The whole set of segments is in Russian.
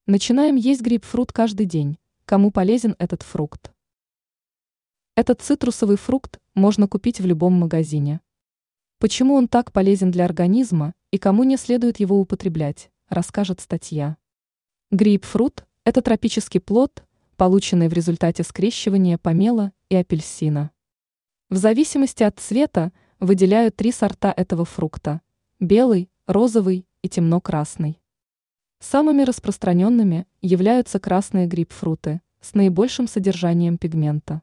Начинаем есть грейпфрут каждый день. Кому полезен этот фрукт? Этот цитрусовый фрукт можно купить в любом магазине. Почему он так полезен для организма и кому не следует его употреблять, расскажет статья. Грейпфрут – это тропический плод, полученный в результате скрещивания помела и апельсина. В зависимости от цвета выделяют 3 сорта этого фрукта – белый, розовый и темно-красный. Самыми распространенными являются красные грейпфруты с наибольшим содержанием пигмента.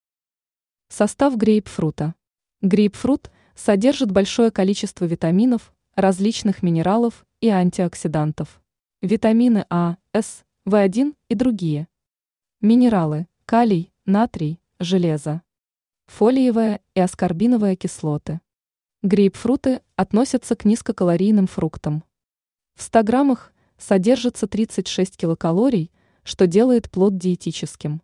Состав грейпфрута. Грейпфрут содержит большое количество витаминов, различных минералов и антиоксидантов. Витамины А, С, В1 и другие. Минералы – калий, натрий, железо. Фолиевая и аскорбиновая кислоты. Грейпфруты относятся к низкокалорийным фруктам. В 100 граммах содержится 36 килокалорий, что делает плод диетическим.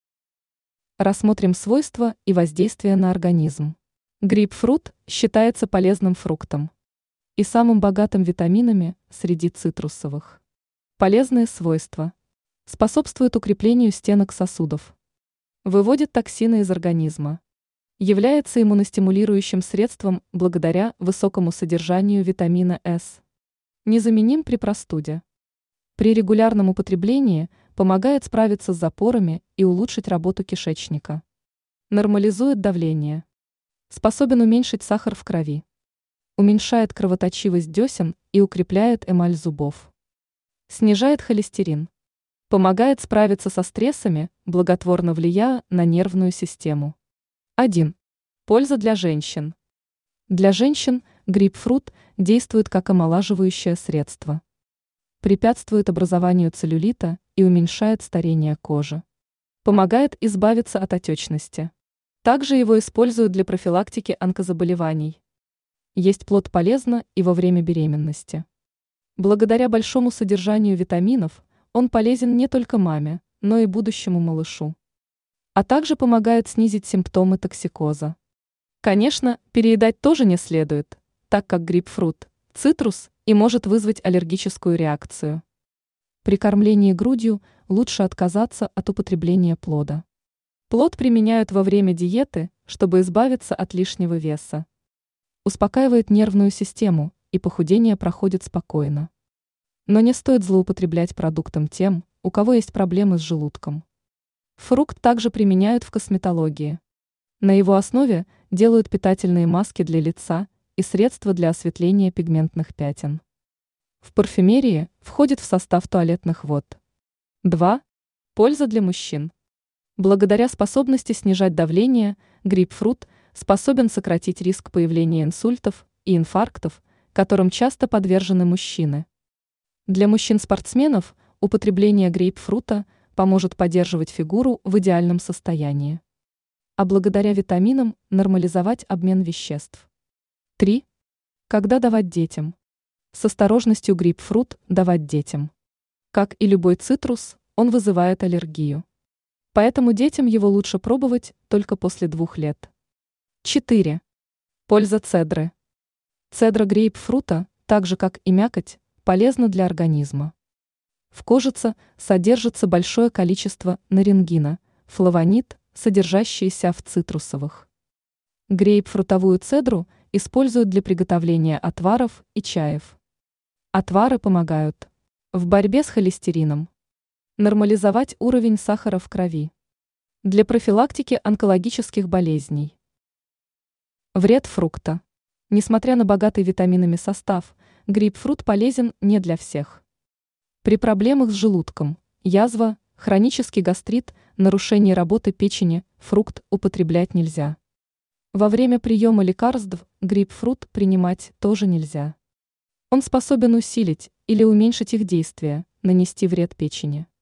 Рассмотрим свойства и воздействие на организм. Грейпфрут считается полезным фруктом и самым богатым витаминами среди цитрусовых. Полезные свойства. Способствует укреплению стенок сосудов. Выводит токсины из организма. Является иммуностимулирующим средством благодаря высокому содержанию витамина С. Незаменим при простуде. При регулярном употреблении помогает справиться с запорами и улучшить работу кишечника. Нормализует давление. Способен уменьшить сахар в крови. Уменьшает кровоточивость десен и укрепляет эмаль зубов. Снижает холестерин. Помогает справиться со стрессами, благотворно влияя на нервную систему. 1. Польза для женщин. Для женщин грейпфрут действует как омолаживающее средство. Препятствует образованию целлюлита и уменьшает старение кожи. Помогает избавиться от отечности. Также его используют для профилактики онкозаболеваний. Есть плод полезно и во время беременности. Благодаря большому содержанию витаминов он полезен не только маме, но и будущему малышу. А также помогает снизить симптомы токсикоза. Конечно, переедать тоже не следует, так как грейпфрут – цитрус и может вызвать аллергическую реакцию. При кормлении грудью лучше отказаться от употребления плода. Плод применяют во время диеты, чтобы избавиться от лишнего веса. Успокаивает нервную систему, и похудение проходит спокойно. Но не стоит злоупотреблять продуктом тем, у кого есть проблемы с желудком. Фрукт также применяют в косметологии. На его основе делают питательные маски для лица и средства для осветления пигментных пятен. В парфюмерии входит в состав туалетных вод. 2. Польза для мужчин. Благодаря способности снижать давление, грейпфрут способен сократить риск появления инсультов и инфарктов, которым часто подвержены мужчины. Для мужчин-спортсменов употребление грейпфрута поможет поддерживать фигуру в идеальном состоянии. А благодаря витаминам нормализовать обмен веществ. 3. Когда давать детям? С осторожностью грейпфрут давать детям. Как и любой цитрус, он вызывает аллергию. Поэтому детям его лучше пробовать только после 2 лет. 4. Польза цедры. Цедра грейпфрута, так же как и мякоть, полезна для организма. В кожице содержится большое количество нарингина, флавонид, содержащиеся в цитрусовых. Грейпфрутовую цедру используют для приготовления отваров и чаев. Отвары помогают в борьбе с холестерином, нормализовать уровень сахара в крови, для профилактики онкологических болезней. Вред фрукта. Несмотря на богатый витаминами состав, грейпфрут полезен не для всех. При проблемах с желудком, язва, хронический гастрит, нарушение работы печени, фрукт употреблять нельзя. Во время приема лекарств грейпфрут принимать тоже нельзя. Он способен усилить или уменьшить их действие, нанести вред печени.